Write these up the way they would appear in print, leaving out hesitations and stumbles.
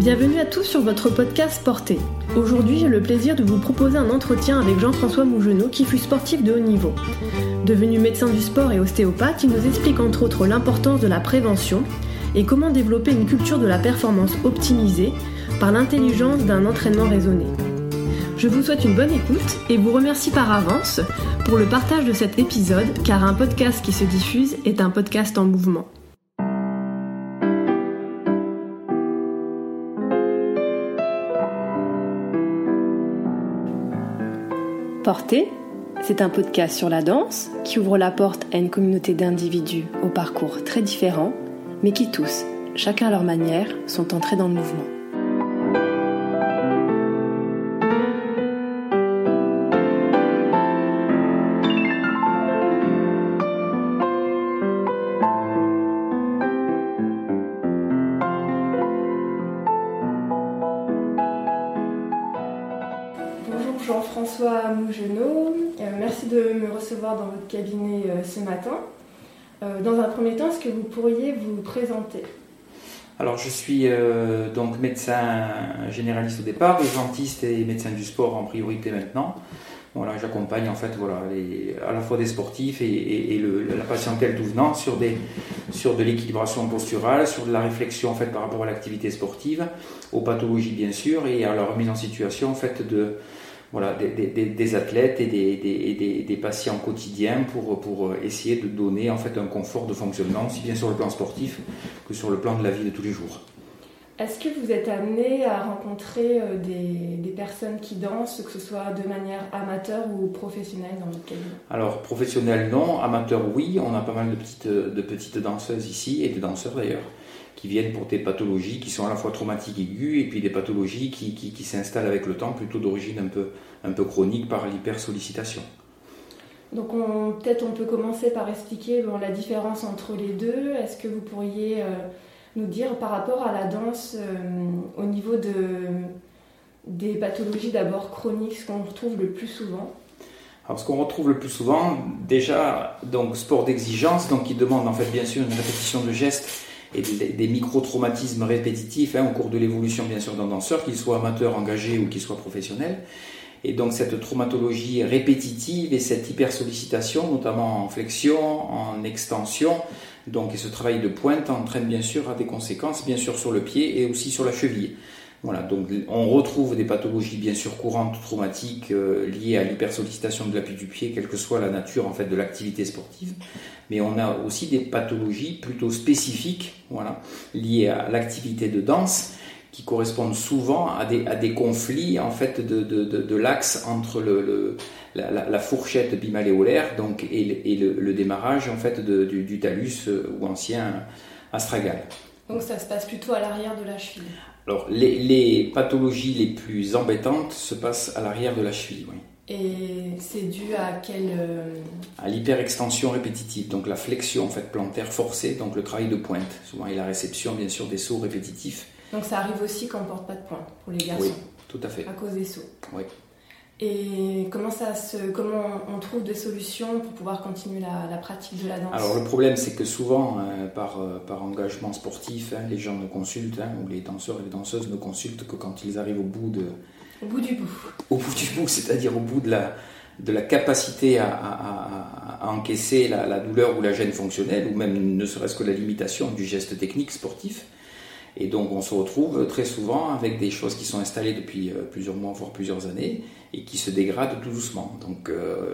Bienvenue à tous sur votre podcast Porté. Aujourd'hui, j'ai le plaisir de vous proposer un entretien avec Jean-François Mougenot qui fut sportif de haut niveau. Devenu médecin du sport et ostéopathe, il nous explique entre autres l'importance de la prévention et comment développer une culture de la performance optimisée par l'intelligence d'un entraînement raisonné. Je vous souhaite une bonne écoute et vous remercie par avance pour le partage de cet épisode car un podcast qui se diffuse est un podcast en mouvement. Porté, c'est un podcast sur la danse qui ouvre la porte à une communauté d'individus au parcours très différents, mais qui tous, chacun à leur manière, sont entrés dans le mouvement. Jean-François Mougenot, merci de me recevoir dans votre cabinet ce matin. Dans un premier temps, est-ce que vous pourriez vous présenter ? Alors je suis donc médecin généraliste au départ, urgentiste et médecin du sport en priorité maintenant. Voilà, j'accompagne en fait à la fois des sportifs et la patientèle tout venant sur de l'équilibration posturale, sur de la réflexion en fait par rapport à l'activité sportive, aux pathologies bien sûr et à leur mise en situation en fait des athlètes et des patients quotidiens pour essayer de donner en fait un confort de fonctionnement aussi bien sur le plan sportif que sur le plan de la vie de tous les jours. Est-ce que vous êtes amené à rencontrer des personnes qui dansent, que ce soit de manière amateur ou professionnelle dans votre cabinet ? Alors professionnel non, amateur oui, on a pas mal de petites danseuses ici et de danseurs d'ailleurs qui viennent pour des pathologies qui sont à la fois traumatiques aiguës et puis des pathologies qui s'installent avec le temps, plutôt d'origine un peu chronique par l'hypersollicitation. Donc peut-être on peut commencer par expliquer la différence entre les deux. Est-ce que vous pourriez nous dire par rapport à la danse au niveau des pathologies d'abord chroniques, ce qu'on retrouve le plus souvent ? Alors ce qu'on retrouve le plus souvent, déjà, donc sport d'exigence, donc qui demande en fait bien sûr une répétition de gestes et des micro-traumatismes répétitifs au cours de l'évolution bien sûr d'un danseur, qu'il soit amateur, engagé ou qu'il soit professionnel. Et donc cette traumatologie répétitive et cette hypersollicitation, notamment en flexion, en extension, donc et ce travail de pointe entraîne bien sûr à des conséquences bien sûr sur le pied et aussi sur la cheville. Voilà, donc on retrouve des pathologies bien sûr courantes traumatiques liées à l'hypersollicitation de l'appui du pied, quelle que soit la nature en fait de l'activité sportive. Mais on a aussi des pathologies plutôt spécifiques, liées à l'activité de danse, qui correspondent souvent à des conflits en fait de l'axe entre la fourchette bimalléolaire donc et le démarrage en fait du talus ou ancien astragal. Donc ça se passe plutôt à l'arrière de la cheville. Alors les pathologies les plus embêtantes se passent à l'arrière de la cheville, oui. Et c'est dû à quelle À l'hyperextension répétitive, donc la flexion en fait plantaire forcée, donc le travail de pointe, souvent et la réception bien sûr des sauts répétitifs. Donc ça arrive aussi quand on ne porte pas de pointe pour les garçons. Oui, tout à fait. À cause des sauts. Oui. Et comment on trouve des solutions pour pouvoir continuer la pratique de la danse ? Alors le problème c'est que souvent par engagement sportif, les gens ne consultent, ou les danseurs et les danseuses ne consultent que quand ils arrivent au bout du bout, c'est-à-dire au bout de la capacité à encaisser la douleur ou la gêne fonctionnelle, ou même ne serait-ce que la limitation du geste technique sportif. Et donc on se retrouve très souvent avec des choses qui sont installées depuis plusieurs mois, voire plusieurs années, et qui se dégradent tout doucement. Donc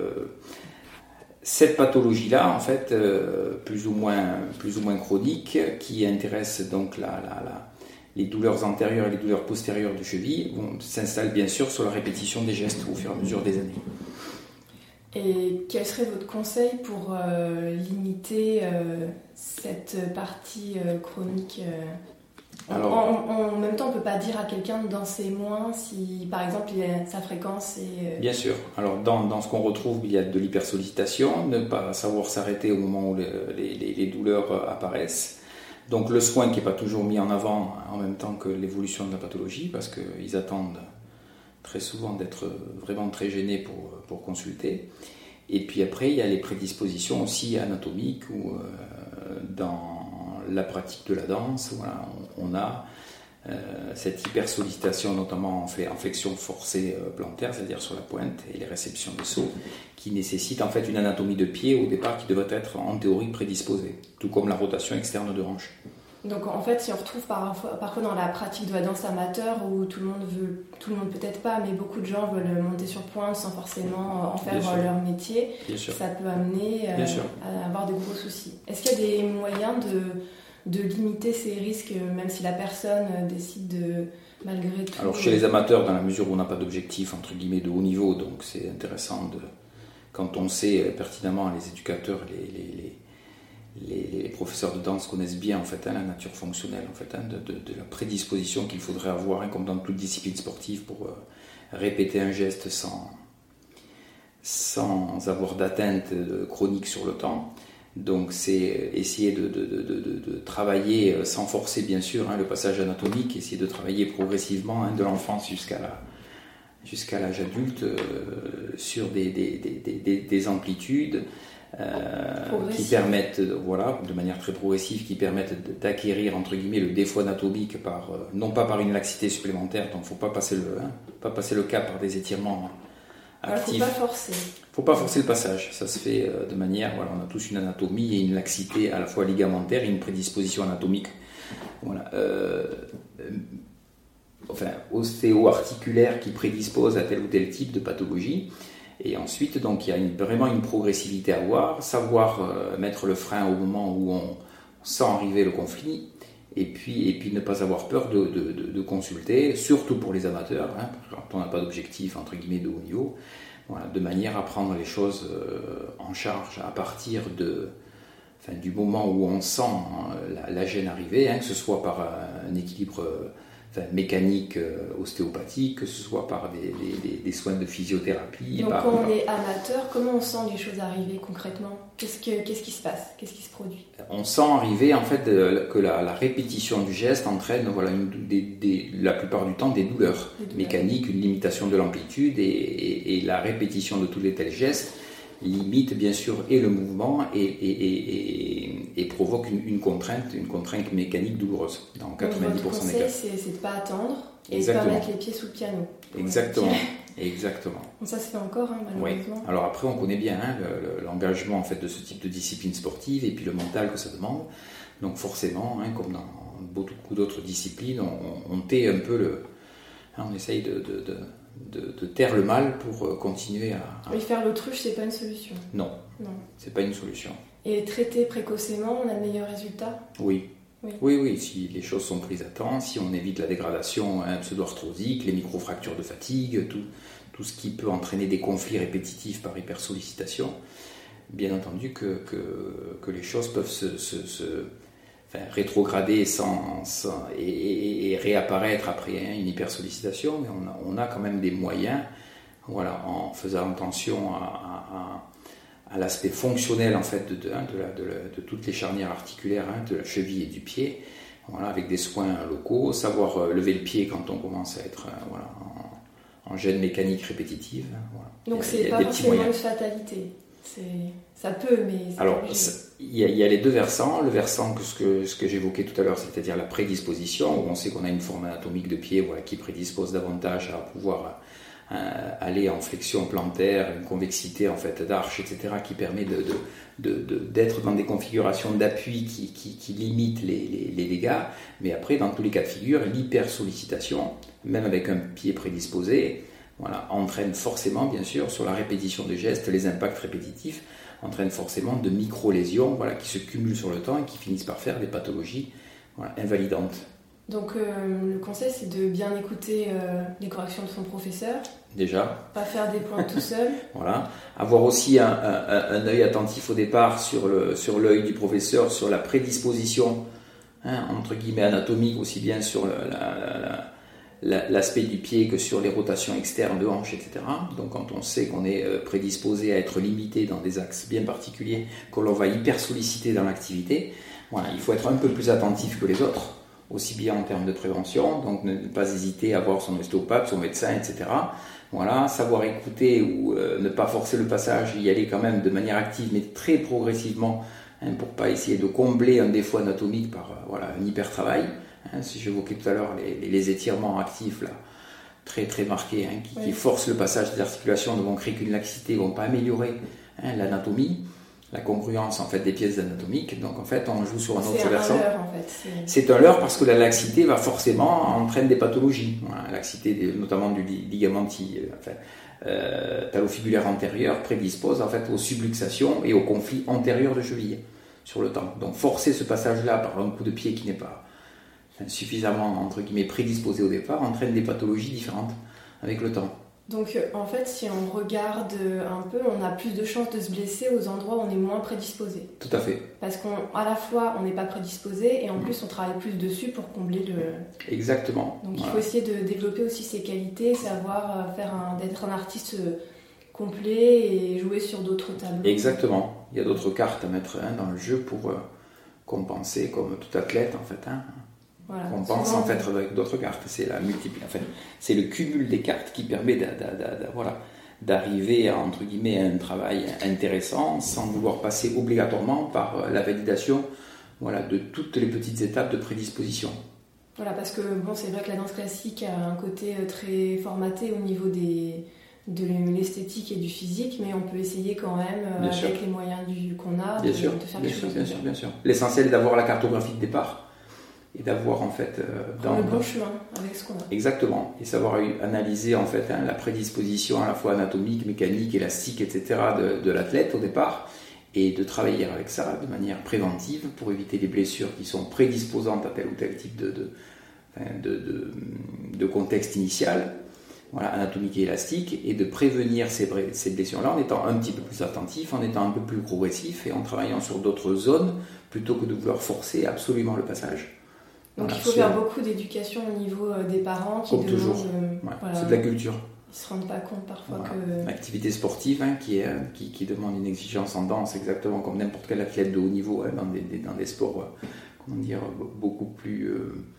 cette pathologie-là, en fait, plus ou moins chronique, qui intéresse donc les douleurs antérieures et les douleurs postérieures de cheville, s'installe bien sûr sur la répétition des gestes au fur et à mesure des années. Et quel serait votre conseil pour limiter cette partie chronique ? Alors, en même temps, on ne peut pas dire à quelqu'un de danser moins si, par exemple, sa fréquence est... Bien sûr. Alors, dans ce qu'on retrouve, il y a de l'hypersollicitation, ne pas savoir s'arrêter au moment où les douleurs apparaissent. Donc, le soin qui n'est pas toujours mis en avant en même temps que l'évolution de la pathologie, parce qu'ils attendent très souvent d'être vraiment très gênés pour consulter. Et puis après, il y a les prédispositions aussi anatomiques où dans la pratique de la danse, voilà, on a cette hypersollicitation, notamment en flexion forcée plantaire, c'est-à-dire sur la pointe et les réceptions des sauts, qui nécessite en fait une anatomie de pied au départ qui devrait être en théorie prédisposée, tout comme la rotation externe de hanche. Donc en fait, si on retrouve parfois dans la pratique de la danse amateur où tout le monde peut-être pas, mais beaucoup de gens veulent monter sur pointe sans forcément en faire leur métier, ça peut amener à avoir de gros soucis. Est-ce qu'il y a des moyens de limiter ces risques, même si la personne décide de, malgré tout... Alors chez les amateurs, dans la mesure où on n'a pas d'objectif entre guillemets de haut niveau, donc c'est intéressant quand on sait pertinemment, les éducateurs, les professeurs de danse connaissent bien en fait, la nature fonctionnelle en fait, de la prédisposition qu'il faudrait avoir, comme dans toute discipline sportive, pour répéter un geste sans avoir d'atteinte chronique sur le temps. Donc c'est essayer de travailler sans forcer bien sûr le passage anatomique, essayer de travailler progressivement de l'enfance jusqu'à l'âge adulte sur des amplitudes qui permettent, de manière très progressive, qui permettent d'acquérir entre guillemets le défaut anatomique non pas par une laxité supplémentaire, donc il ne faut pas passer le cap par des étirements actifs. Il ne faut pas forcer le passage, ça se fait de manière, on a tous une anatomie et une laxité à la fois ligamentaire et une prédisposition anatomique. Ostéo-articulaire qui prédispose à tel ou tel type de pathologie. Et ensuite, donc, il y a vraiment une progressivité à avoir, savoir mettre le frein au moment où on sent arriver le conflit, et puis ne pas avoir peur de consulter, surtout pour les amateurs, quand on n'a pas d'objectif entre guillemets de haut niveau, de manière à prendre les choses en charge à partir du moment où on sent la gêne arriver, que ce soit par un équilibre mécanique ostéopathique, que ce soit par des soins de physiothérapie. Donc quand on est amateur, comment on sent les choses arriver concrètement ? Qu'est-ce qui se passe ? Qu'est-ce qui se produit ? On sent arriver en fait que la répétition du geste entraîne la plupart du temps des douleurs mécaniques, une limitation de l'amplitude et la répétition de tous les tels gestes limite bien sûr et le mouvement et provoque une contrainte mécanique douloureuse dans 90% des cas. Votre conseil, c'est de ne pas attendre et de ne pas mettre les pieds sous le piano. Exactement. Bon, ça se fait encore, malheureusement. Oui. Alors après, on connaît bien l'engagement en fait, de ce type de discipline sportive et puis le mental que ça demande. Donc forcément, comme dans beaucoup d'autres disciplines, on tait un peu on essaye de taire le mal pour continuer à... Oui, faire l'autruche, c'est pas une solution. Non, c'est pas une solution. Et traiter précocement, on a de meilleurs résultats ? Oui, si les choses sont prises à temps, si on évite la dégradation pseudo-arthrosique, les micro-fractures de fatigue, tout ce qui peut entraîner des conflits répétitifs par hypersollicitation, bien entendu que les choses peuvent rétrograder et réapparaître après une hypersollicitation, mais on a quand même des moyens, en faisant attention à l'aspect fonctionnel en fait de toutes les charnières articulaires, de la cheville et du pied, avec des soins locaux, savoir lever le pied quand on commence à être en gêne mécanique répétitive. Donc c'est pas forcément une fatalité. Ça peut, mais... Alors, il y a les deux versants. Le versant ce que j'évoquais tout à l'heure, c'est-à-dire la prédisposition, où on sait qu'on a une forme anatomique de pied qui prédispose davantage à pouvoir aller en flexion plantaire, une convexité en fait d'arche, etc., qui permet d'être dans des configurations d'appui qui limitent les dégâts. Mais après, dans tous les cas de figure, l'hypersollicitation, même avec un pied prédisposé, entraîne forcément, bien sûr, sur la répétition des gestes, les impacts répétitifs, entraîne forcément de micro-lésions qui se cumulent sur le temps et qui finissent par faire des pathologies invalidantes. Donc le conseil, c'est de bien écouter les corrections de son professeur. Déjà. Pas faire des points tout seul. Avoir aussi un œil attentif au départ sur l'œil du professeur, sur la prédisposition, entre guillemets, anatomique, aussi bien sur l'aspect du pied que sur les rotations externes de hanche, etc. Donc quand on sait qu'on est prédisposé à être limité dans des axes bien particuliers, que l'on va hyper solliciter dans l'activité, il faut être un peu plus attentif que les autres, aussi bien en termes de prévention, donc ne pas hésiter à voir son ostéopathe, son médecin, etc. Savoir écouter ou ne pas forcer le passage, y aller quand même de manière active, mais très progressivement, pour pas essayer de combler un défaut anatomique par un hyper travail. Si j'évoquais tout à l'heure les étirements actifs là, très très marqués, qui forcent le passage des articulations, ne vont créer qu'une laxité, ne vont pas améliorer l'anatomie, la congruence en fait des pièces anatomiques. Donc en fait, on joue sur un autre versant. C'est un leurre parce que la laxité va forcément entraîner des pathologies. Voilà, laxité notamment du ligament talofibulaire antérieur prédispose en fait aux subluxations et aux conflits antérieurs de cheville sur le temps. Donc forcer ce passage-là par un coup de pied qui n'est pas suffisamment entre guillemets prédisposé au départ entraîne des pathologies différentes avec le temps. Donc en fait, si on regarde un peu, on a plus de chances de se blesser aux endroits où on est moins prédisposé. Tout à fait. Parce qu'à la fois, on n'est pas prédisposé et en plus, on travaille plus dessus pour combler le... Exactement. Donc il faut essayer de développer aussi ses qualités, savoir d'être un artiste complet et jouer sur d'autres tableaux. Exactement. Il y a d'autres cartes à mettre dans le jeu pour compenser, comme tout athlète en fait. Voilà, on pense en fait avec d'autres cartes, c'est c'est le cumul des cartes qui permet d'arriver entre guillemets à un travail intéressant sans vouloir passer obligatoirement par la validation de toutes les petites étapes de prédisposition. Voilà, parce que c'est vrai que la danse classique a un côté très formaté au niveau de l'esthétique et du physique, mais on peut essayer quand même avec les moyens qu'on a de faire des choses. Bien sûr. L'essentiel est d'avoir la cartographie de départ. Et d'avoir en fait dans le bon chemin avec ce qu'on a. Exactement, et savoir analyser en fait la prédisposition à la fois anatomique, mécanique, élastique, etc. de l'athlète au départ, et de travailler avec ça de manière préventive pour éviter les blessures qui sont prédisposantes à tel ou tel type de contexte initial, anatomique et élastique, et de prévenir ces blessures-là en étant un petit peu plus attentif, en étant un peu plus progressif et en travaillant sur d'autres zones plutôt que de vouloir forcer absolument le passage. Donc il faut faire beaucoup d'éducation au niveau des parents qui demandent... toujours. C'est de la culture. Ils ne se rendent pas compte parfois que... L'activité sportive qui demande une exigence en danse exactement comme n'importe quel athlète de haut niveau dans des sports beaucoup plus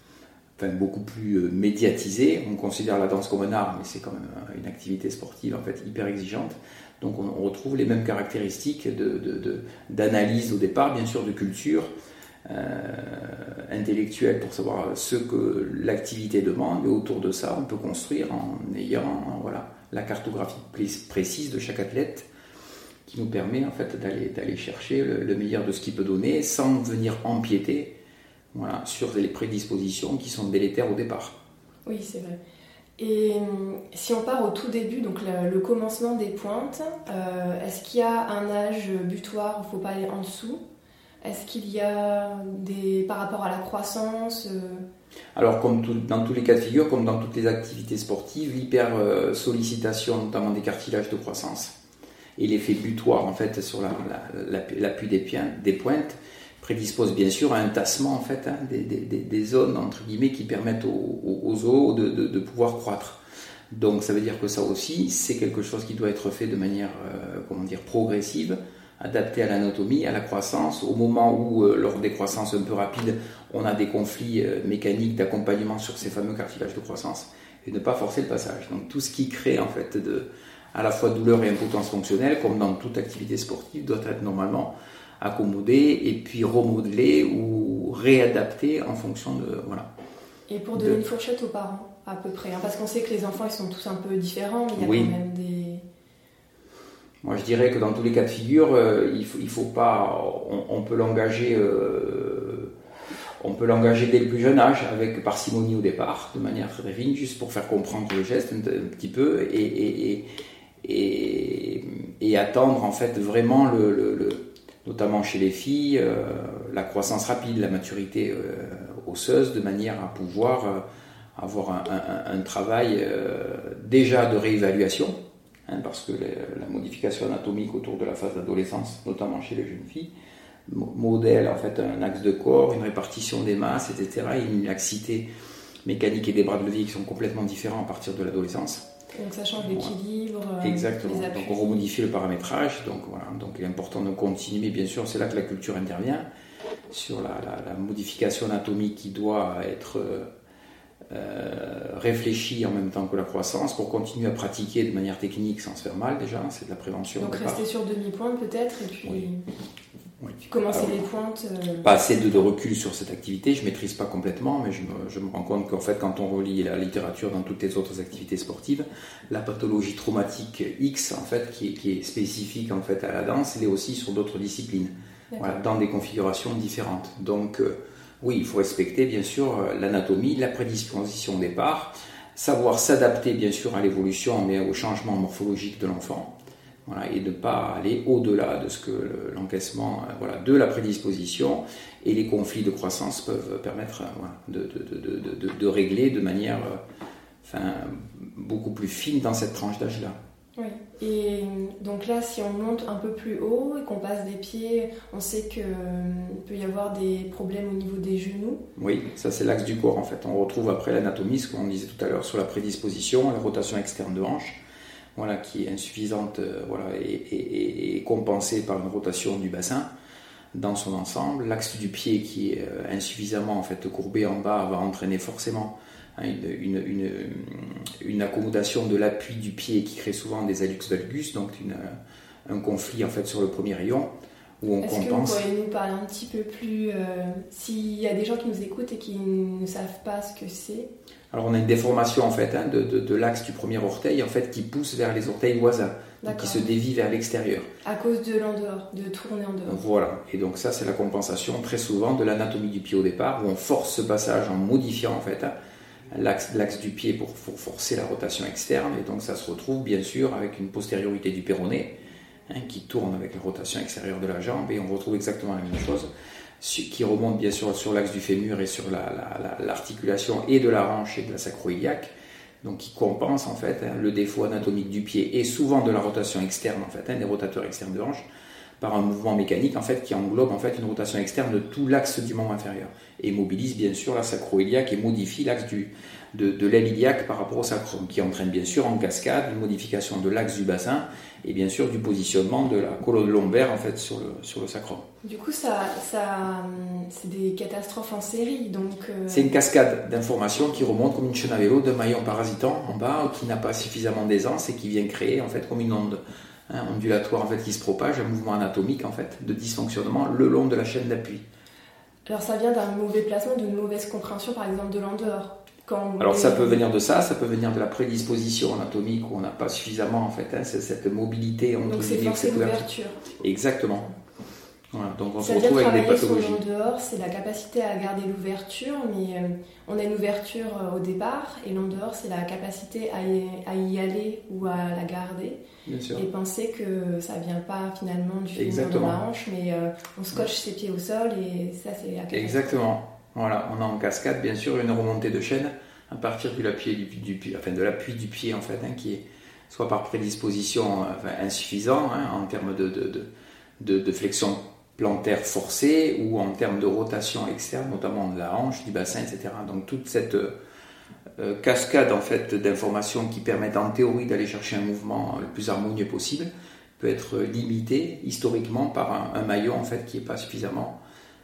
médiatisés. On considère la danse comme un art, mais c'est quand même une activité sportive en fait hyper exigeante. Donc on retrouve les mêmes caractéristiques d'analyse au départ, bien sûr de culture, intellectuelle pour savoir ce que l'activité demande, et autour de ça on peut construire en ayant la cartographie précise de chaque athlète qui nous permet en fait d'aller chercher le meilleur de ce qu'il peut donner sans venir empiéter sur les prédispositions qui sont délétères au départ. Oui, c'est vrai. Et si on part au tout début, donc le commencement des pointes, est-ce qu'il y a un âge butoir où il ne faut pas aller en dessous ? Est-ce qu'il y a par rapport à la croissance Alors, comme dans tous les cas de figure, comme dans toutes les activités sportives, l'hyper-sollicitation, notamment des cartilages de croissance, et l'effet butoir en fait sur l'appui des pointes prédispose bien sûr à un tassement en fait des zones entre guillemets qui permettent aux os de pouvoir croître. Donc ça veut dire que ça aussi c'est quelque chose qui doit être fait de manière progressive, adapté à l'anatomie, à la croissance. Au moment où, lors des croissances un peu rapides, on a des conflits mécaniques d'accompagnement sur ces fameux cartilages de croissance, et ne pas forcer le passage. Donc tout ce qui crée en fait à la fois douleur et impotence fonctionnelle, comme dans toute activité sportive, doit être normalement accommodé et puis remodelé ou réadapté en fonction de... Et pour donner une fourchette aux parents, à peu près, parce qu'on sait que les enfants ils sont tous un peu différents, mais il y a quand même des... Moi, je dirais que dans tous les cas de figure, il faut pas. On peut l'engager. On peut l'engager dès le plus jeune âge, avec parcimonie au départ, de manière très fine, juste pour faire comprendre le geste un petit peu et attendre en fait vraiment notamment chez les filles, la croissance rapide, la maturité osseuse, de manière à pouvoir avoir un travail déjà de réévaluation. Parce que la modification anatomique autour de la phase d'adolescence, notamment chez les jeunes filles, modèle en fait un axe de corps, une répartition des masses, etc., et une laxité mécanique et des bras de levier qui sont complètement différents à partir de l'adolescence. Donc ça change l'équilibre. Exactement. Donc on remodifie le paramétrage. Donc il est important de continuer. Mais bien sûr, c'est là que la culture intervient sur la modification anatomique qui doit être réfléchie en même temps que la croissance pour continuer à pratiquer de manière technique sans se faire mal. Déjà, c'est de la prévention. Donc rester sur demi-pointe peut-être et puis. Oui. Oui. Commencer les pointes. Pas assez de recul sur cette activité, je ne maîtrise pas complètement, mais je me rends compte qu'en fait, quand on relie la littérature dans toutes les autres activités sportives, la pathologie traumatique X, en fait, qui est spécifique en fait à la danse, elle est aussi sur d'autres disciplines, voilà, dans des configurations différentes. Donc, oui, il faut respecter bien sûr l'anatomie, la prédisposition au départ, savoir s'adapter bien sûr à l'évolution, mais au changement morphologique de l'enfant. Voilà, et de ne pas aller au-delà de ce que l'encaissement de la prédisposition et les conflits de croissance peuvent permettre de régler de manière beaucoup plus fine dans cette tranche d'âge-là. Oui, et donc là, si on monte un peu plus haut et qu'on passe des pieds, on sait qu'il peut y avoir des problèmes au niveau des genoux. Oui, ça c'est l'axe du corps en fait. On retrouve après l'anatomie, ce qu'on disait tout à l'heure sur la prédisposition, la rotation externe de hanche. Voilà, qui est insuffisante et compensée par une rotation du bassin dans son ensemble. L'axe du pied qui est insuffisamment en fait, courbé en bas va entraîner forcément une accommodation de l'appui du pied qui crée souvent des hallux valgus, donc un conflit en fait, sur le premier rayon où on compense. Est-ce que vous pourriez nous parler un petit peu plus, s'il y a des gens qui nous écoutent et qui ne savent pas ce que c'est? Alors on a une déformation en fait de l'axe du premier orteil en fait qui pousse vers les orteils voisins, qui se dévie vers l'extérieur. À cause de l'en-dehors, de tourner en dehors. Voilà, et donc ça c'est la compensation très souvent de l'anatomie du pied au départ où on force ce passage en modifiant en fait l'axe du pied pour forcer la rotation externe et donc ça se retrouve bien sûr avec une postériorité du péroné qui tourne avec la rotation extérieure de la jambe et on retrouve exactement la même chose. Qui remonte bien sûr sur l'axe du fémur et sur l'articulation et de la hanche et de la sacro-iliaque, donc qui compense en fait le défaut anatomique du pied et souvent de la rotation externe en fait, des rotateurs externes de hanche, par un mouvement mécanique en fait qui englobe en fait une rotation externe de tout l'axe du membre inférieur et mobilise bien sûr la sacro-iliaque et modifie l'axe de l'aile iliaque par rapport au sacrum, qui entraîne bien sûr en cascade une modification de l'axe du bassin et bien sûr du positionnement de la colonne lombaire en fait sur le sacrum. Du coup, c'est des catastrophes en série, donc... C'est une cascade d'informations qui remonte comme une chaîne à vélo d'un maillon parasitant en bas qui n'a pas suffisamment d'aisance et qui vient créer en fait comme une onde ondulatoire en fait qui se propage, un mouvement anatomique en fait de dysfonctionnement le long de la chaîne d'appui. Alors ça vient d'un mauvais placement, d'une mauvaise compréhension par exemple de l'en-dehors. Alors ça peut venir de ça peut venir de la prédisposition anatomique où on n'a pas suffisamment en fait cette mobilité entre donc c'est forcer l'ouverture. Exactement. Voilà, donc on ça se retrouve avec des pathologies. Sur l'en-dehors, c'est la capacité à garder l'ouverture, mais on a une ouverture au départ et l'en-dehors c'est la capacité à y aller ou à la garder. Bien sûr. Et penser que ça vient pas finalement du fémur de la hanche, mais on scotche ses pieds au sol et ça c'est la capacité. Exactement. Voilà, on a en cascade bien sûr une remontée de chaîne à partir de l'appui du pied en fait, qui est soit par prédisposition insuffisant en termes de flexion plantaire forcée ou en termes de rotation externe, notamment de la hanche, du bassin, etc. Donc toute cette cascade en fait d'informations qui permettent en théorie d'aller chercher un mouvement le plus harmonieux possible peut être limitée historiquement par un maillon en fait qui n'est pas suffisamment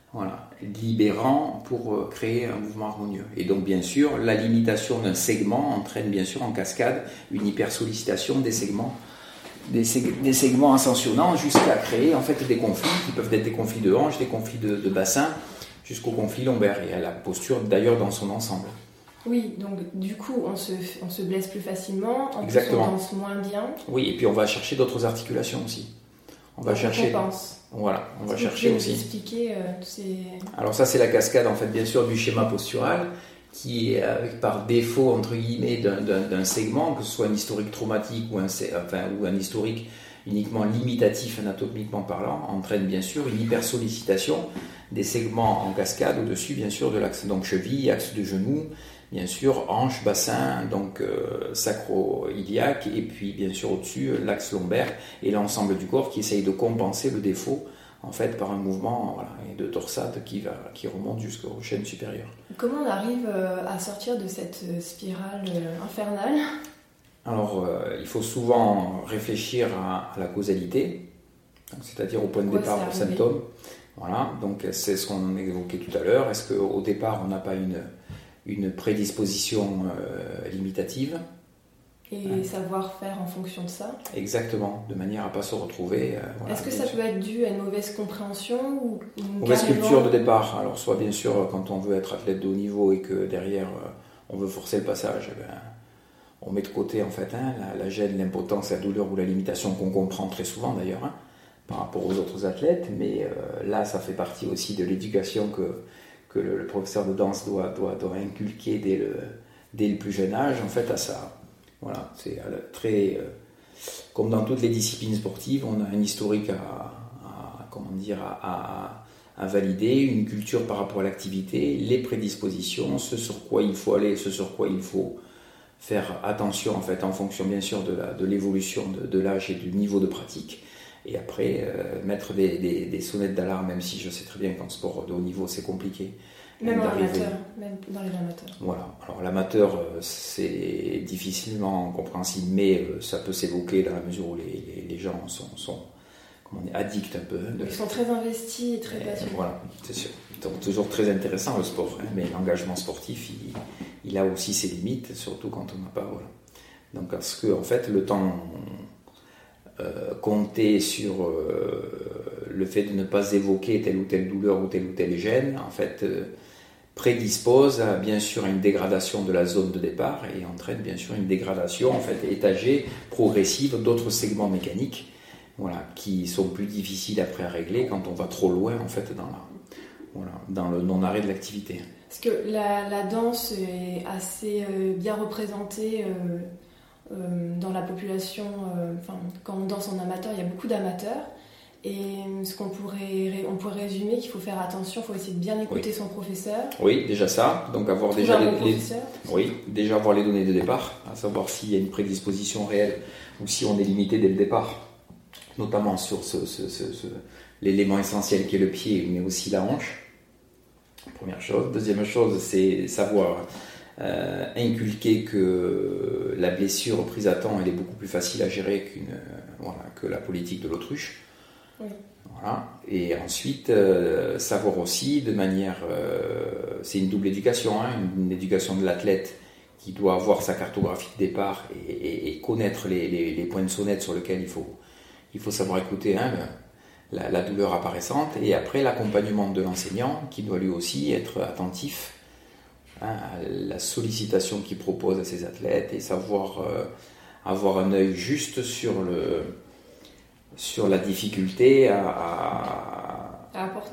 libérant pour créer un mouvement harmonieux. Et donc bien sûr, la limitation d'un segment entraîne bien sûr en cascade une hypersollicitation des segments ascensionnants jusqu'à créer en fait des conflits qui peuvent être des conflits de hanche, des conflits de bassin, jusqu'au conflit lombaire et à la posture d'ailleurs dans son ensemble. Oui, donc du coup on se blesse plus facilement, en Exactement. plus on danse moins bien. Oui, et puis on va chercher d'autres articulations aussi. On va chercher. Voilà, on va chercher aussi. Expliquer Alors ça c'est la cascade en fait bien sûr du schéma postural qui est par défaut entre guillemets d'un segment, que ce soit un historique traumatique ou un historique uniquement limitatif anatomiquement parlant, entraîne bien sûr une hypersollicitation des segments en cascade au-dessus bien sûr de l'axe donc cheville, axe de genou, bien sûr hanche, bassin, donc sacro-iliaque et puis bien sûr au-dessus l'axe lombaire et l'ensemble du corps qui essaye de compenser le défaut en fait par un mouvement de torsade qui remonte jusqu'aux chaînes supérieures. Comment on arrive à sortir de cette spirale infernale ? Alors il faut souvent réfléchir à la causalité, c'est-à-dire au point de départ du symptôme. Voilà, donc c'est ce qu'on évoquait tout à l'heure. Est-ce qu'au départ on n'a pas une prédisposition limitative ? Et savoir faire en fonction de ça. Exactement, de manière à ne pas se retrouver. Est-ce que ça peut être dû à une mauvaise compréhension ou mauvaise culture de départ. Alors soit bien sûr quand on veut être athlète de haut niveau et que derrière on veut forcer le passage, on met de côté en fait la gêne, l'impotence, la douleur ou la limitation qu'on comprend très souvent d'ailleurs par rapport aux autres athlètes. Mais là ça fait partie aussi de l'éducation que le professeur de danse doit inculquer dès le plus jeune âge en fait à ça. Voilà, c'est très comme dans toutes les disciplines sportives, on a un historique à valider, une culture par rapport à l'activité, les prédispositions, ce sur quoi il faut aller, ce sur quoi il faut faire attention en fait en fonction bien sûr de l'évolution de l'âge et du niveau de pratique. Et après mettre des sonnettes d'alarme, même si je sais très bien qu'en sport de haut niveau c'est compliqué. Même dans les amateurs. Voilà. Alors l'amateur, c'est difficilement compréhensible, mais ça peut s'évoquer dans la mesure où les gens sont addicts un peu. Ils sont très investis et très passionnés. Voilà, c'est sûr. Donc toujours très intéressant le sport, mais l'engagement sportif, il a aussi ses limites, surtout quand on n'a pas. Voilà. Donc parce que en fait, le temps compter sur le fait de ne pas évoquer telle ou telle douleur ou telle gêne, en fait. Prédispose à, bien sûr à une dégradation de la zone de départ et entraîne bien sûr une dégradation en fait étagée, progressive d'autres segments mécaniques qui sont plus difficiles après à régler quand on va trop loin en fait dans le non-arrêt de l'activité. Parce que la danse est assez bien représentée dans la population, quand on danse en amateur, il y a beaucoup d'amateurs. Et on pourrait résumer qu'il faut faire attention, il faut essayer de bien écouter son professeur. Oui, déjà ça. Donc avoir déjà déjà avoir les données de départ, à savoir s'il y a une prédisposition réelle ou si on est limité dès le départ, notamment sur l'élément essentiel qui est le pied, mais aussi la hanche. Première chose. Deuxième chose, c'est savoir inculquer que la blessure prise à temps, elle est beaucoup plus facile à gérer que la politique de l'autruche. Oui. Voilà. Et ensuite, savoir aussi de manière... c'est une double éducation, une éducation de l'athlète qui doit avoir sa cartographie de départ et connaître les points de sonnette sur lesquels il faut savoir écouter la douleur apparaissante. Et après, l'accompagnement de l'enseignant qui doit lui aussi être attentif à la sollicitation qu'il propose à ses athlètes et savoir avoir un œil juste sur la difficulté à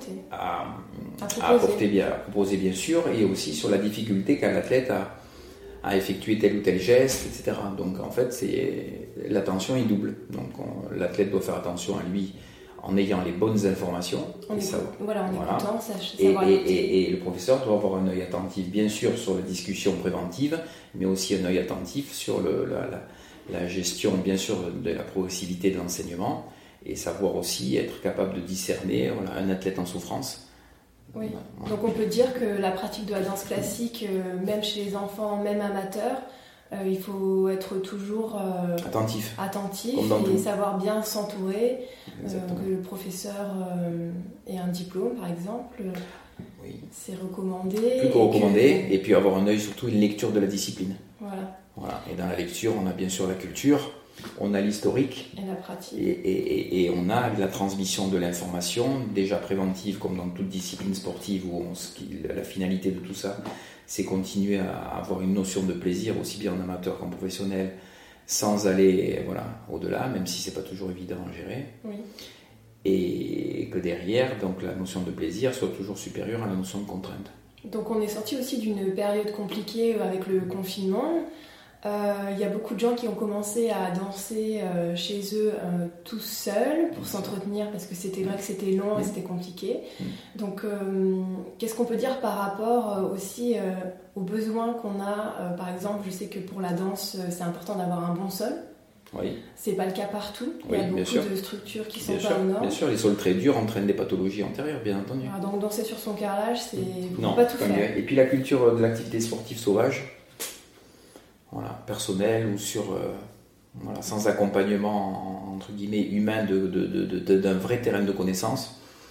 proposer bien sûr, et aussi sur la difficulté qu'a l'athlète à effectuer tel ou tel geste, etc. Donc en fait, l'attention est double. Donc l'athlète doit faire attention à lui en ayant les bonnes informations. Écoutant, et le professeur doit avoir un œil attentif, bien sûr, sur la discussion préventive, mais aussi un œil attentif sur la gestion, bien sûr, de la progressivité de l'enseignement, et savoir aussi être capable de discerner un athlète en souffrance. Oui. Donc on peut dire que la pratique de la danse classique, même chez les enfants, même amateurs, il faut être toujours attentif et savoir bien s'entourer, que le professeur ait un diplôme par exemple. Oui. C'est recommandé. Plus que recommandé, et puis avoir un œil, surtout une lecture de la discipline. Voilà. Et dans la lecture, on a bien sûr la culture, on a l'historique et la pratique. Et on a la transmission de l'information, déjà préventive comme dans toute discipline sportive où la finalité de tout ça, c'est continuer à avoir une notion de plaisir aussi bien en amateur qu'en professionnel, sans aller au-delà, même si c'est pas toujours évident à gérer. Oui. Et que derrière, donc la notion de plaisir soit toujours supérieure à la notion de contrainte. Donc on est sorti aussi d'une période compliquée avec le confinement. Il y a beaucoup de gens qui ont commencé à danser chez eux tout seuls pour s'entretenir parce que c'était vrai que c'était long et c'était compliqué. Donc qu'est-ce qu'on peut dire par rapport aussi aux besoins qu'on a par exemple, je sais que pour la danse c'est important d'avoir un bon sol. Oui. C'est pas le cas partout. Il y a beaucoup de structures qui sont pas aux normes. Bien sûr, les sols très durs entraînent des pathologies antérieures, bien entendu. Donc danser sur son carrelage, c'est pas tout faire. Et puis la culture de l'activité sportive sauvage, personnelle ou sans accompagnement entre guillemets humain d'un vrai terrain de connaissance.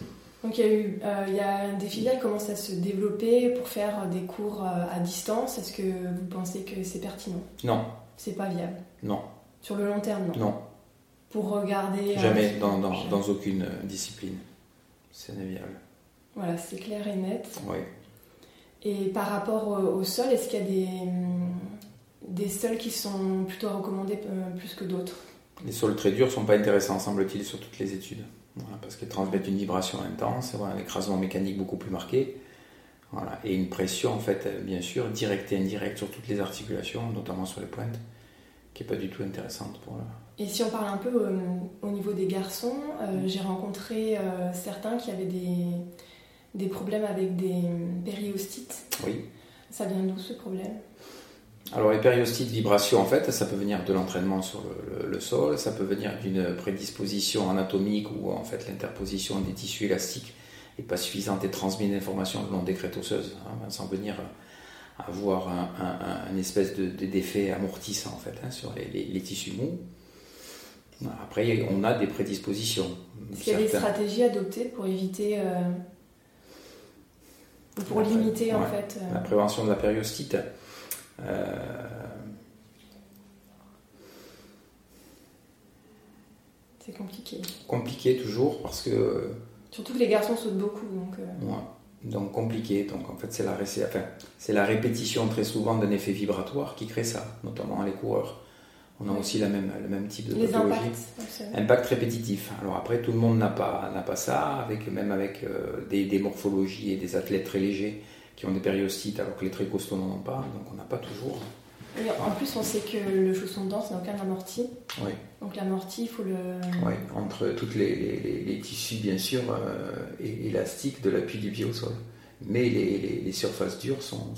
Donc il y a des filiales qui commencent à se développer pour faire des cours à distance. Est-ce que vous pensez que c'est pertinent? Non. C'est pas viable? Non. Sur le long terme, non? Non. Pour regarder... Jamais, dans aucune discipline. C'est viable. Voilà, c'est clair et net. Oui. Et par rapport au sol, est-ce qu'il y a des sols qui sont plutôt recommandés plus que d'autres? Les sols très durs ne sont pas intéressants, semble-t-il, sur toutes les études. Voilà, parce qu'ils transmettent une vibration intense, un écrasement mécanique beaucoup plus marqué, voilà, et une pression, en fait, bien sûr, directe et indirecte sur toutes les articulations, notamment sur les pointes, qui n'est pas du tout intéressante pour le... Et si on parle un peu au niveau des garçons, j'ai rencontré certains qui avaient des problèmes avec des périostites. Oui. Ça vient d'où ce problème? Alors les périostites, vibrations, en fait, ça peut venir de l'entraînement sur le sol, ça peut venir d'une prédisposition anatomique où en fait l'interposition des tissus élastiques n'est pas suffisante et transmet une information le long des crêtes osseuses, sans venir avoir un espèce d'effet amortissant en fait, sur les tissus mous. Après, on a des prédispositions. Est-ce qu'il y a des stratégies adoptées pour éviter ou pour limiter en fait la prévention de la périostite? C'est compliqué. Compliqué toujours parce que... Surtout que les garçons sautent beaucoup. Donc compliqué. Donc en fait c'est la répétition très souvent d'un effet vibratoire qui crée ça, notamment les coureurs. On a aussi le même type de pathologie. Impact répétitif. Alors après tout le monde n'a pas ça, même avec des morphologies et des athlètes très légers qui ont des périostites alors que les très costauds n'en ont pas, donc on n'a pas toujours. Et en plus, on sait que le chausson de danse n'a aucun amorti. Oui. Donc l'amorti, il faut le... Oui, entre tous les tissus, bien sûr, élastiques de l'appui du pied au sol. Mais les surfaces dures sont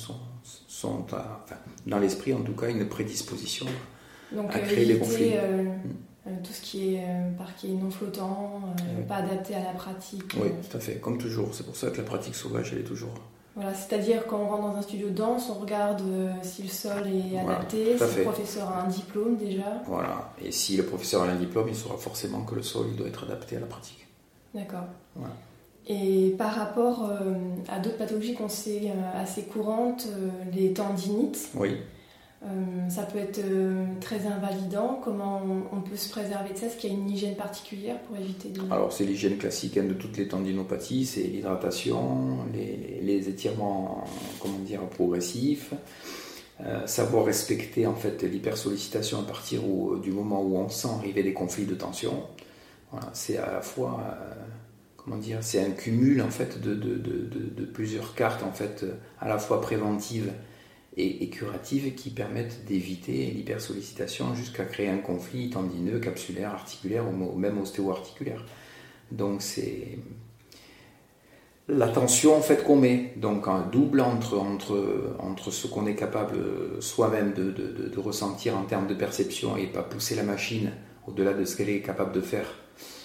dans l'esprit, en tout cas, une prédisposition à créer des conflits. Tout ce qui est parquet non flottant, pas adapté à la pratique. Oui, tout à fait, comme toujours. C'est pour ça que la pratique sauvage, elle est toujours... Voilà, c'est-à-dire quand on rentre dans un studio de danse, on regarde si le sol est adapté, si le professeur a un diplôme déjà. Voilà, et si le professeur a un diplôme, il saura forcément que le sol il doit être adapté à la pratique. D'accord. Voilà. Et par rapport à d'autres pathologies qu'on sait assez courantes, les tendinites, oui. Ça peut être très invalidant. Comment on peut se préserver de ça? Est-ce qu'il y a une hygiène particulière pour éviter de... Alors c'est l'hygiène classique de toutes les tendinopathies, c'est l'hydratation, les étirements progressifs, savoir respecter en fait l'hypersollicitation à partir du moment où on sent arriver des conflits de tension. Voilà, c'est à la fois c'est un cumul en fait de plusieurs cartes en fait à la fois préventives et curatives qui permettent d'éviter l'hypersollicitation jusqu'à créer un conflit tendineux, capsulaire, articulaire ou même ostéo-articulaire. Donc c'est la tension en fait qu'on met, donc un double entre ce qu'on est capable soi-même de ressentir en termes de perception et pas pousser la machine au-delà de ce qu'elle est capable de faire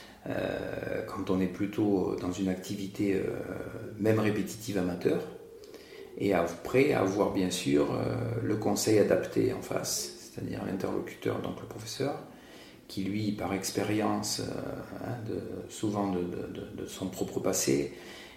quand on est plutôt dans une activité même répétitive amateur. Et après, avoir bien sûr le conseil adapté en face, c'est-à-dire l'interlocuteur, donc le professeur, qui lui, par expérience, souvent de son propre passé,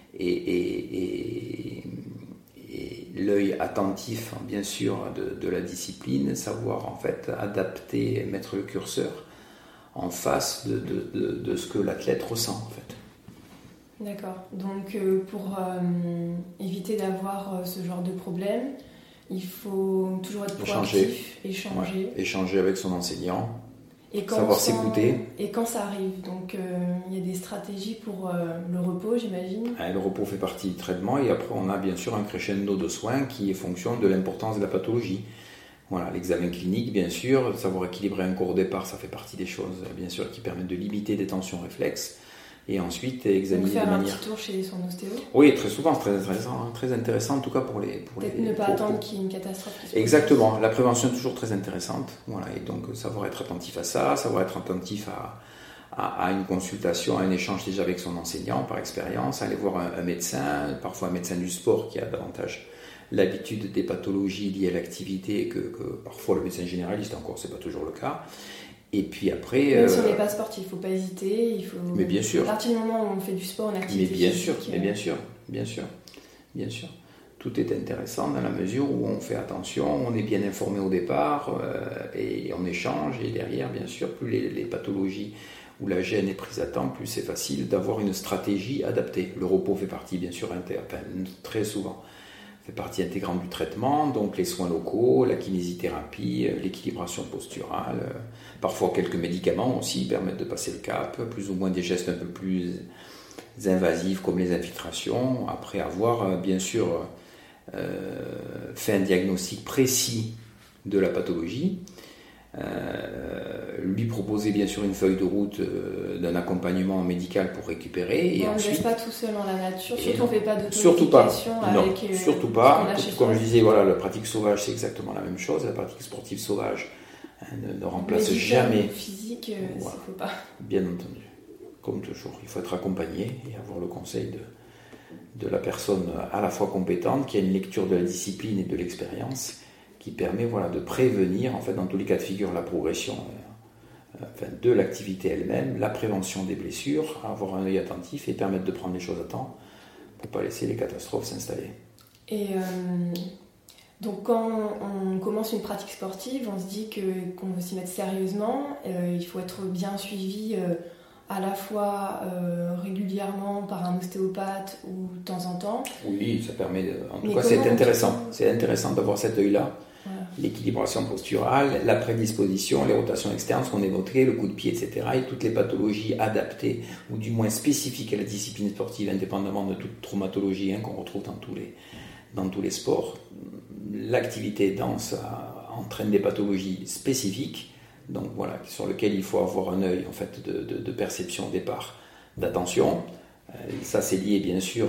et l'œil attentif, bien sûr, de la discipline, savoir en fait adapter, mettre le curseur en face de ce que l'athlète ressent en fait. D'accord. Donc pour éviter d'avoir ce genre de problème, il faut toujours être proactif, échanger. Ouais, échanger avec son enseignant, et savoir s'écouter. Et quand ça arrive, donc il y a des stratégies pour le repos, j'imagine. Le repos fait partie du traitement et après on a bien sûr un crescendo de soins qui est fonction de l'importance de la pathologie. Voilà, l'examen clinique, bien sûr, savoir équilibrer un cours au départ, ça fait partie des choses, bien sûr, qui permettent de limiter des tensions réflexes. Et ensuite examiner donc faire de un manière... petit tour chez son ostéo. Oui, très souvent, c'est très intéressant en tout cas pour les... Peut-être ne pas attendre qu'il y ait une catastrophe. Exactement, la prévention est toujours très intéressante. Voilà, et donc savoir être attentif à ça, savoir être attentif à une consultation, à un échange déjà avec son enseignant par expérience, aller voir un médecin, parfois un médecin du sport qui a davantage l'habitude des pathologies liées à l'activité que parfois le médecin généraliste, encore c'est pas toujours le cas. Et puis après... Même si on n'est pas sportif, il ne faut pas hésiter. Mais bien sûr. À partir du moment où on fait du sport, une activité mais bien physique, sûr. Tout est intéressant dans la mesure où on fait attention, on est bien informé au départ et on échange. Et derrière, bien sûr, plus les pathologies où la gêne est prise à temps, plus c'est facile d'avoir une stratégie adaptée. Le repos fait partie, bien sûr, très souvent, fait partie intégrante du traitement. Donc les soins locaux, la kinésithérapie, l'équilibration posturale, parfois quelques médicaments aussi permettent de passer le cap, plus ou moins des gestes un peu plus invasifs comme les infiltrations, après avoir, bien sûr, fait un diagnostic précis de la pathologie, lui proposer bien sûr une feuille de route d'un accompagnement médical pour récupérer. Et on ne ensuite, laisse pas tout seul dans la nature, surtout on ne fait pas surtout pas. d'auto-médication avec... surtout pas. Comme je disais, voilà, la pratique sauvage c'est exactement la même chose. La pratique sportive sauvage ne remplace jamais. Physique, il ne faut pas. Bien entendu. Comme toujours, il faut être accompagné et avoir le conseil de la personne à la fois compétente, qui a une lecture de la discipline et de l'expérience, qui permet de prévenir, en fait, dans tous les cas de figure, la progression de l'activité elle-même, la prévention des blessures, avoir un œil attentif et permettre de prendre les choses à temps pour ne pas laisser les catastrophes s'installer. Et donc quand on commence une pratique sportive, on se dit qu'on veut s'y mettre sérieusement, il faut être bien suivi à la fois régulièrement par un ostéopathe ou de temps en temps. Oui, ça permet en tout cas c'est intéressant. C'est intéressant d'avoir cet œil-là. Voilà. L'équilibration posturale, la prédisposition, les rotations externes, ce qu'on évoquait, le coup de pied, etc. Et toutes les pathologies adaptées, ou du moins spécifiques à la discipline sportive, indépendamment de toute traumatologie qu'on retrouve dans tous les sports. L'activité dense entraîne des pathologies spécifiques, donc voilà, sur lesquelles il faut avoir un œil en fait, de perception au départ, d'attention. Ça c'est lié bien sûr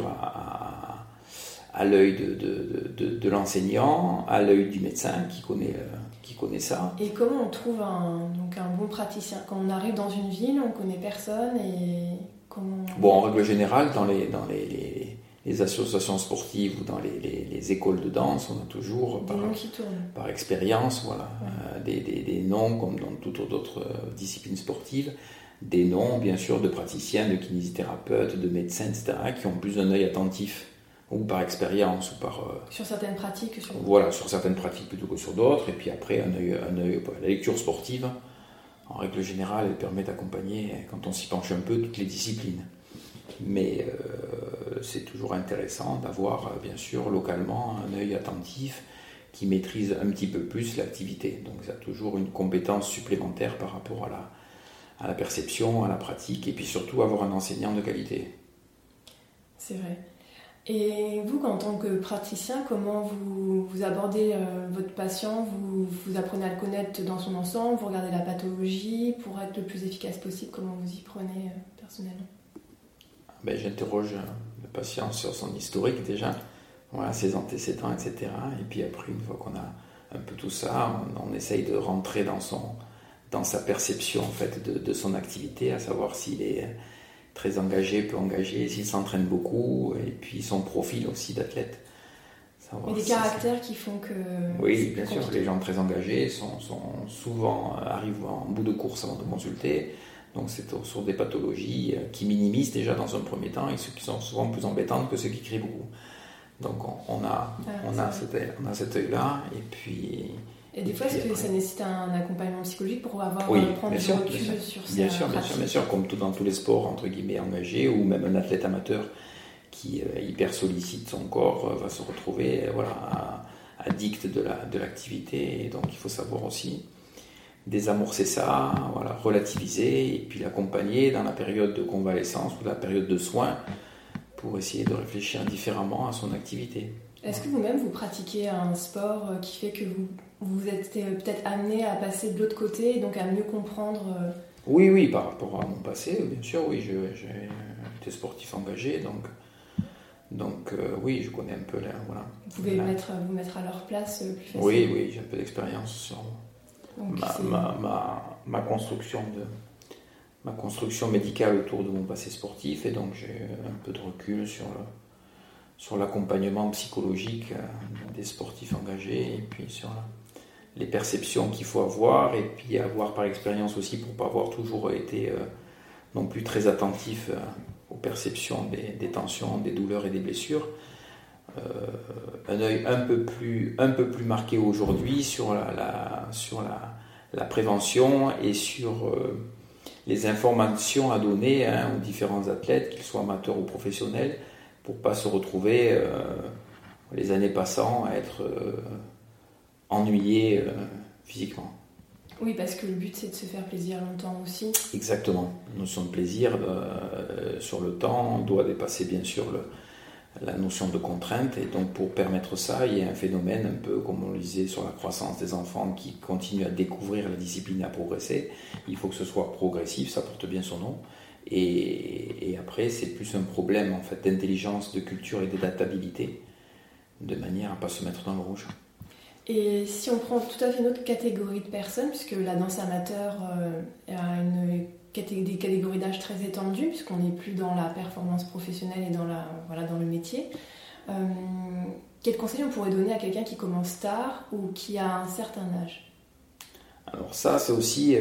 à l'œil de l'enseignant, à l'œil du médecin qui connaît ça. Et comment on trouve un bon praticien? Quand on arrive dans une ville, on ne connaît personne et comment... Bon, en règle générale, dans les associations sportives ou dans les écoles de danse, on a toujours, par expérience, voilà, des noms, comme dans toutes autres disciplines sportives, des noms, bien sûr, de praticiens, de kinésithérapeutes, de médecins, etc., qui ont plus un œil attentif, ou par expérience, ou par... sur certaines pratiques Voilà, sur certaines pratiques plutôt que sur d'autres, et puis après, un œil la lecture sportive, en règle générale, elle permet d'accompagner, quand on s'y penche un peu, toutes les disciplines. Mais c'est toujours intéressant d'avoir, bien sûr, localement, un œil attentif qui maîtrise un petit peu plus l'activité. Donc ça a toujours une compétence supplémentaire par rapport à la perception, à la pratique, et puis surtout avoir un enseignant de qualité. C'est vrai. Et vous, en tant que praticien, comment vous abordez votre patient? Vous apprenez à le connaître dans son ensemble, vous regardez la pathologie pour être le plus efficace possible. Comment vous y prenez personnellement? J'interroge le patient sur son historique déjà, voilà, ses antécédents, etc. Et puis après, une fois qu'on a un peu tout ça, on essaye de rentrer dans sa perception en fait, de son activité, à savoir s'il est très engagé, peu engagé, s'il s'entraîne beaucoup, et puis son profil aussi d'athlète. Mais des caractères qui font que... Oui, bien sûr, les gens très engagés arrivent en bout de course avant de consulter. Donc c'est sur des pathologies qui minimisent déjà dans un premier temps et ceux qui sont souvent plus embêtantes que ceux qui crient beaucoup. Donc on a cet œil-là et puis... Et des fois, est-ce que ça nécessite un accompagnement psychologique pour prendre du recul sur ça? Bien sûr, comme dans tous les sports entre guillemets engagés ou même un athlète amateur qui hyper sollicite son corps va se retrouver addict de l'activité et donc il faut savoir aussi désamorcer ça, relativiser et puis l'accompagner dans la période de convalescence ou la période de soins pour essayer de réfléchir différemment à son activité. Est-ce que vous-même vous pratiquez un sport qui fait que vous êtes peut-être amené à passer de l'autre côté et donc à mieux comprendre Oui, par rapport à mon passé, bien sûr, oui, j'ai été sportif engagé, donc oui, je connais un peu voilà. Vous pouvez vous mettre à leur place plus facilement. Oui, j'ai un peu d'expérience sur ma construction médicale autour de mon passé sportif et donc j'ai un peu de recul sur l'accompagnement psychologique des sportifs engagés et puis sur les perceptions qu'il faut avoir, et puis avoir par expérience aussi pour ne pas avoir toujours été non plus très attentif aux perceptions des tensions, des douleurs et des blessures. Un œil un peu plus marqué aujourd'hui sur la prévention et sur les informations à donner aux différents athlètes, qu'ils soient amateurs ou professionnels, pour ne pas se retrouver les années passant à être ennuyés physiquement. Oui, parce que le but c'est de se faire plaisir longtemps aussi. Exactement. La notion de plaisir sur le temps doit dépasser bien sûr la notion de contrainte, et donc pour permettre ça, il y a un phénomène un peu comme on le disait sur la croissance des enfants qui continuent à découvrir la discipline et à progresser. Il faut que ce soit progressif, ça porte bien son nom, et après c'est plus un problème en fait d'intelligence, de culture et d'adaptabilité, de manière à ne pas se mettre dans le rouge. Et si on prend tout à fait une autre catégorie de personnes, puisque la danse amateur a des catégories d'âge très étendues, puisqu'on n'est plus dans la performance professionnelle et dans le métier, quel conseil on pourrait donner à quelqu'un qui commence tard ou qui a un certain âge ? Alors ça, c'est aussi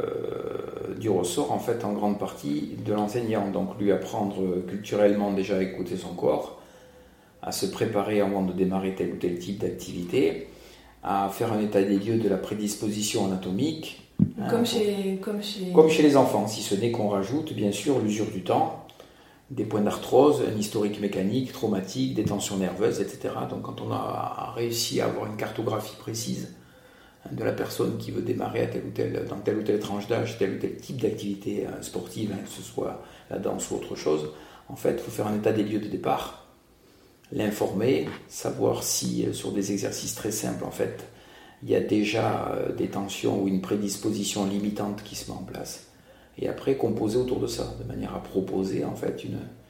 du ressort en fait en grande partie de l'enseignant, donc lui apprendre culturellement déjà à écouter son corps, à se préparer avant de démarrer tel ou tel type d'activité, à faire un état des lieux de la prédisposition anatomique. Comme chez les enfants, si ce n'est qu'on rajoute bien sûr l'usure du temps, des points d'arthrose, un historique mécanique, traumatique, des tensions nerveuses, etc. Donc quand on a réussi à avoir une cartographie précise de la personne qui veut démarrer dans telle ou telle tranche d'âge, tel ou tel type d'activité sportive, que ce soit la danse ou autre chose, en fait il faut faire un état des lieux de départ, l'informer, savoir si sur des exercices très simples en fait il y a déjà des tensions ou une prédisposition limitante qui se met en place, et après composer autour de ça de manière à proposer en fait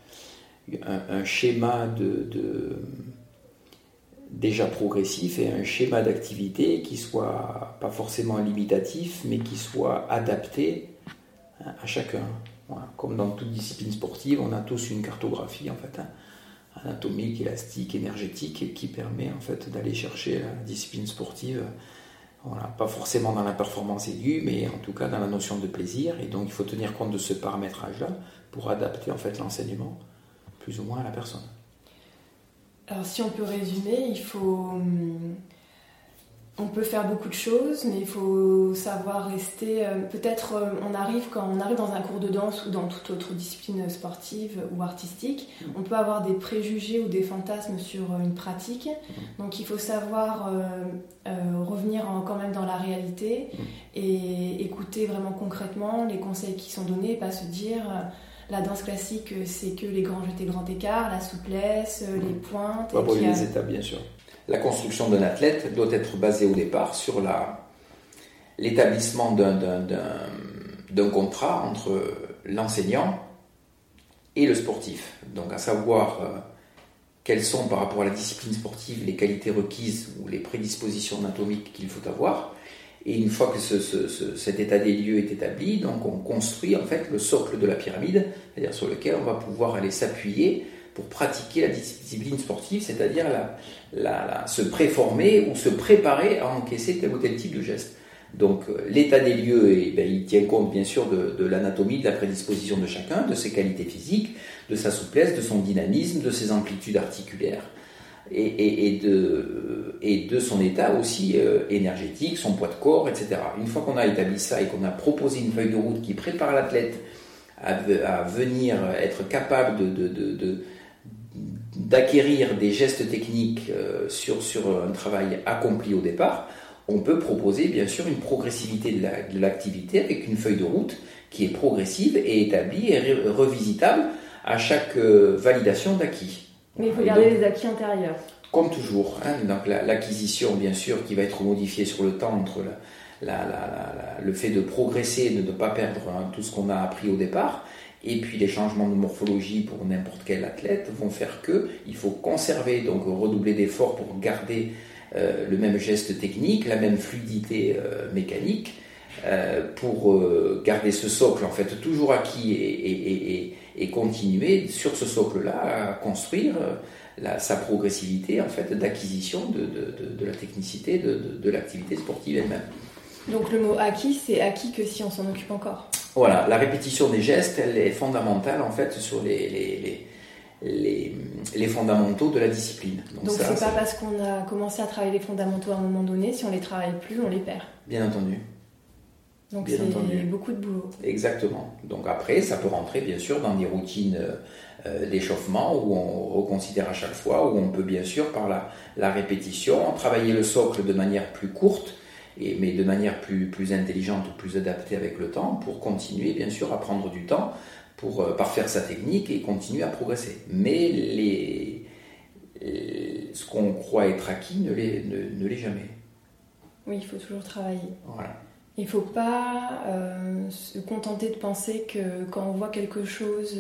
un schéma déjà progressif et un schéma d'activité qui soit pas forcément limitatif mais qui soit adapté à chacun. Voilà. Comme dans toute discipline sportive, on a tous une cartographie en fait, anatomique, élastique, énergétique, qui permet en fait d'aller chercher la discipline sportive, voilà, pas forcément dans la performance aiguë, mais en tout cas dans la notion de plaisir. Et donc il faut tenir compte de ce paramétrage-là pour adapter en fait l'enseignement plus ou moins à la personne. Alors si on peut résumer, on peut faire beaucoup de choses, mais il faut savoir rester. Quand on arrive dans un cours de danse ou dans toute autre discipline sportive ou artistique, on peut avoir des préjugés ou des fantasmes sur une pratique. Donc il faut savoir revenir quand même dans la réalité et écouter vraiment concrètement les conseils qui sont donnés, et pas se dire la danse classique c'est que les grands jetés, grands écarts, la souplesse, les pointes. Les étapes bien sûr. La construction d'un athlète doit être basée au départ sur l'établissement d'un contrat entre l'enseignant et le sportif. Donc à savoir quelles sont par rapport à la discipline sportive les qualités requises ou les prédispositions anatomiques qu'il faut avoir. Et une fois que cet état des lieux est établi, donc on construit en fait le socle de la pyramide, c'est-à-dire sur lequel on va pouvoir aller s'appuyer pour pratiquer la discipline sportive, c'est-à-dire se préformer ou se préparer à encaisser tel ou tel type de geste. Donc l'état des lieux, il tient compte bien sûr de l'anatomie, de la prédisposition de chacun, de ses qualités physiques, de sa souplesse, de son dynamisme, de ses amplitudes articulaires et de son état aussi énergétique, son poids de corps, etc. Une fois qu'on a établi ça et qu'on a proposé une feuille de route qui prépare l'athlète à venir être capable d'acquérir des gestes techniques sur un travail accompli au départ, on peut proposer bien sûr une progressivité de l'activité avec une feuille de route qui est progressive et établie et revisitable à chaque validation d'acquis. Mais il faut garder les acquis antérieurs. Comme toujours, donc l'acquisition bien sûr qui va être modifiée sur le temps entre le fait de progresser, de ne pas perdre tout ce qu'on a appris au départ, et puis les changements de morphologie pour n'importe quel athlète vont faire qu'il faut conserver, donc redoubler d'efforts pour garder le même geste technique, la même fluidité mécanique, pour garder ce socle en fait toujours acquis et continuer sur ce socle-là à construire sa progressivité en fait d'acquisition de la technicité de l'activité sportive elle-même. Donc le mot acquis, c'est acquis que si on s'en occupe encore. Voilà, la répétition des gestes, elle est fondamentale en fait sur les fondamentaux de la discipline. Donc ça, c'est pas parce qu'on a commencé à travailler les fondamentaux à un moment donné, si on les travaille plus, on les perd. Bien entendu. Donc bien entendu. Beaucoup de boulot. Exactement. Donc après, ça peut rentrer bien sûr dans des routines d'échauffement où on reconsidère à chaque fois, où on peut bien sûr par la répétition travailler le socle de manière plus courte, mais de manière plus intelligente ou plus adaptée avec le temps pour continuer bien sûr à prendre du temps pour parfaire sa technique et continuer à progresser. Mais ce qu'on croit être acquis ne l'est jamais. Oui, il faut toujours travailler. Voilà. Il ne faut pas se contenter de penser que quand on voit quelque chose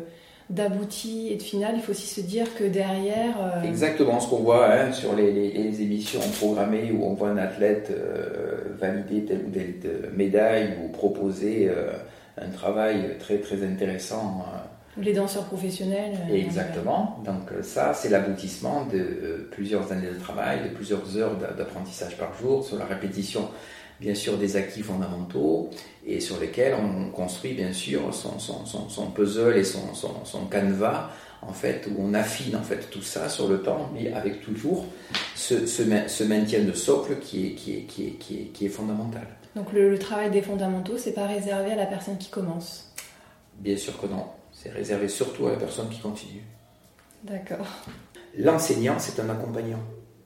d'abouti et de final, il faut aussi se dire que derrière... Exactement, ce qu'on voit sur les émissions programmées où on voit un athlète valider telle ou telle médaille ou proposer un travail très très intéressant. Les danseurs professionnels. Exactement, donc ça c'est l'aboutissement de plusieurs années de travail, de plusieurs heures d'apprentissage par jour sur la répétition bien sûr des acquis fondamentaux et sur lesquels on construit bien sûr son puzzle et son canevas en fait, où on affine en fait tout ça sur le temps, mais avec toujours ce maintien de socle qui est fondamental. Donc le travail des fondamentaux, c'est pas réservé à la personne qui commence? Bien sûr que non, c'est réservé surtout à la personne qui continue. D'accord. L'enseignant, c'est un accompagnant.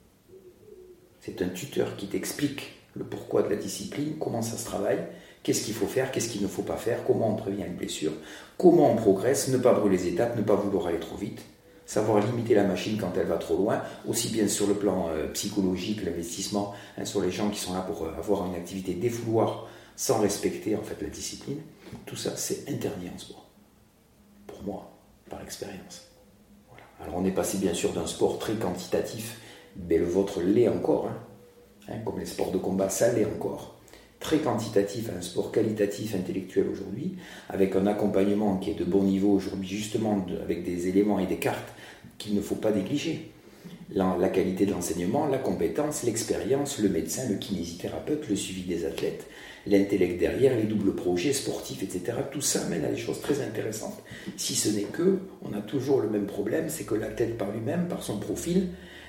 C'est un tuteur qui t'explique le pourquoi de la discipline, comment ça se travaille, qu'est-ce qu'il faut faire, qu'est-ce qu'il ne faut pas faire, comment on prévient une blessure, comment on progresse, ne pas brûler les étapes, ne pas vouloir aller trop vite, savoir limiter la machine quand elle va trop loin, aussi bien sur le plan psychologique, l'investissement, sur les gens qui sont là pour avoir une activité défouloir sans respecter en fait la discipline. Tout ça, c'est interdit en sport. Pour moi, par expérience. Voilà. Alors on est passé bien sûr d'un sport très quantitatif, mais le vôtre l'est encore, comme les sports de combat, ça l'est encore. Très quantitatif à un sport qualitatif, intellectuel aujourd'hui, avec un accompagnement qui est de bon niveau aujourd'hui, justement avec des éléments et des cartes qu'il ne faut pas négliger. La qualité de l'enseignement, la compétence, l'expérience, le médecin, le kinésithérapeute, le suivi des athlètes, l'intellect derrière, les doubles projets sportifs, etc. Tout ça mène à des choses très intéressantes. Si ce n'est que, on a toujours le même problème, c'est que l'athlète par lui-même, par son profil,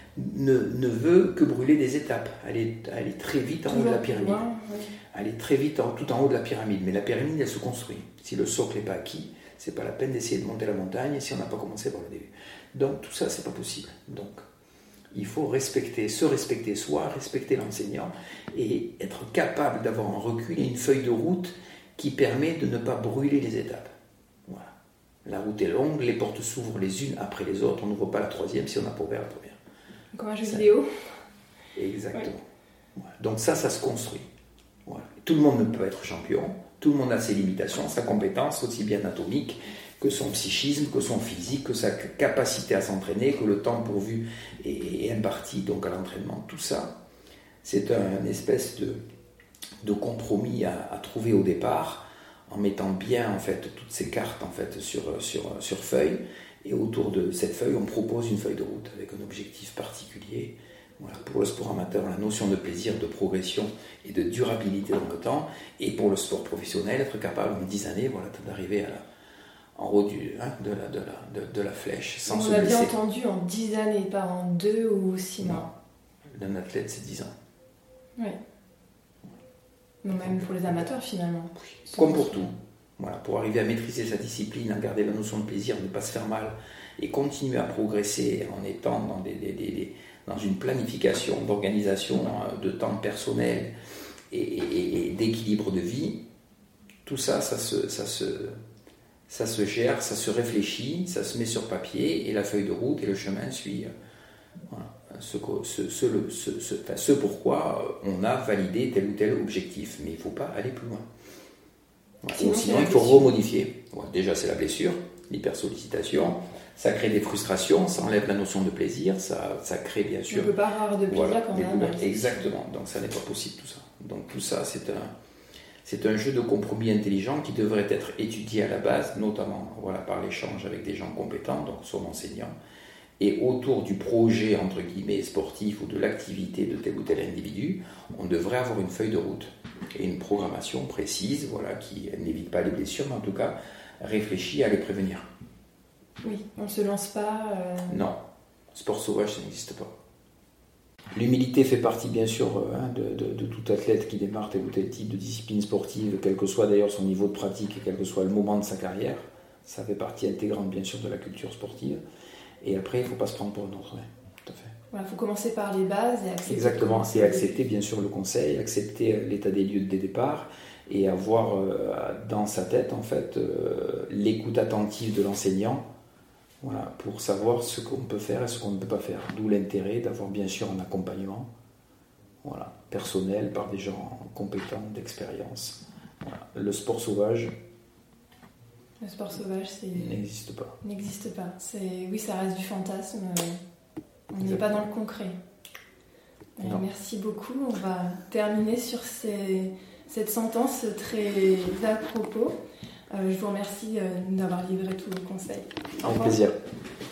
ne veut que brûler des étapes, aller très vite en haut de la pyramide. Aller très vite tout en haut de la pyramide. Mais la pyramide, elle se construit. Si le socle n'est pas acquis, c'est pas la peine d'essayer de monter la montagne si on n'a pas commencé par le début. Donc tout ça, c'est pas possible. Donc il faut se respecter soi, respecter l'enseignant et être capable d'avoir un recul et une feuille de route qui permet de ne pas brûler les étapes. Voilà. La route est longue, les portes s'ouvrent les unes après les autres, on n'ouvre pas la troisième si on n'a pas ouvert la première. Comme un jeu vidéo. Exactement. Ouais. Voilà. Donc ça se construit. Voilà. Tout le monde ne peut pas être champion, tout le monde a ses limitations, sa compétence, aussi bien anatomique que son psychisme, que son physique, que sa capacité à s'entraîner, que le temps pourvu est imparti donc à l'entraînement. Tout ça, c'est une espèce de compromis à trouver au départ, en mettant bien en fait toutes ces cartes en fait sur feuille. Et autour de cette feuille, on propose une feuille de route avec un objectif particulier. Voilà, pour le sport amateur, la notion de plaisir, de progression et de durabilité dans le temps. Et pour le sport professionnel, être capable en 10 années d'arriver en haut de la flèche sans se blesser. On l'a bien entendu, en 10 années, pas en 2 ou 6 mois. Un athlète, c'est 10 ans. Oui. Même pour les amateurs, finalement. Comme pour tout. Voilà, pour arriver à maîtriser sa discipline, à garder la notion de plaisir, ne pas se faire mal et continuer à progresser en étant dans une planification d'organisation de temps personnel et d'équilibre de vie, tout ça, ça se gère, ça se réfléchit, ça se met sur papier et la feuille de route et le chemin suit ce pourquoi on a validé tel ou tel objectif. Mais il ne faut pas aller plus loin. Sinon il faut remodifier. Ouais, déjà, c'est la blessure, l'hypersollicitation. Ça crée des frustrations, ça enlève la notion de plaisir, ça crée bien sûr... On ne peut pas avoir de plaisir quand on a un... Exactement, donc ça n'est pas possible tout ça. Donc tout ça, c'est un jeu de compromis intelligent qui devrait être étudié à la base, notamment par l'échange avec des gens compétents, donc son enseignant, Et autour du projet, entre guillemets, sportif ou de l'activité de tel ou tel individu, on devrait avoir une feuille de route et une programmation précise, voilà, qui n'évite pas les blessures, mais en tout cas réfléchit à les prévenir. Oui, on ne se lance pas... Non, sport sauvage, ça n'existe pas. L'humilité fait partie bien sûr de tout athlète qui démarre tel ou tel type de discipline sportive, quel que soit d'ailleurs son niveau de pratique et quel que soit le moment de sa carrière. Ça fait partie intégrante bien sûr de la culture sportive. Et après, il ne faut pas se prendre pour un autre. Ouais, tout à fait. Voilà, il faut commencer par les bases et accepter. Exactement, c'est accepter bien sûr le conseil, accepter l'état des lieux de départ et avoir dans sa tête en fait l'écoute attentive de l'enseignant. Voilà, pour savoir ce qu'on peut faire et ce qu'on ne peut pas faire. D'où l'intérêt d'avoir bien sûr un accompagnement, voilà, personnel par des gens compétents, d'expérience. Voilà. Le sport sauvage. Le sport sauvage, n'existe pas. N'existe pas. Oui, ça reste du fantasme. On n'est pas dans le concret. Merci beaucoup. On va terminer sur cette sentence très à propos. Je vous remercie d'avoir livré tous vos conseils. Avec plaisir.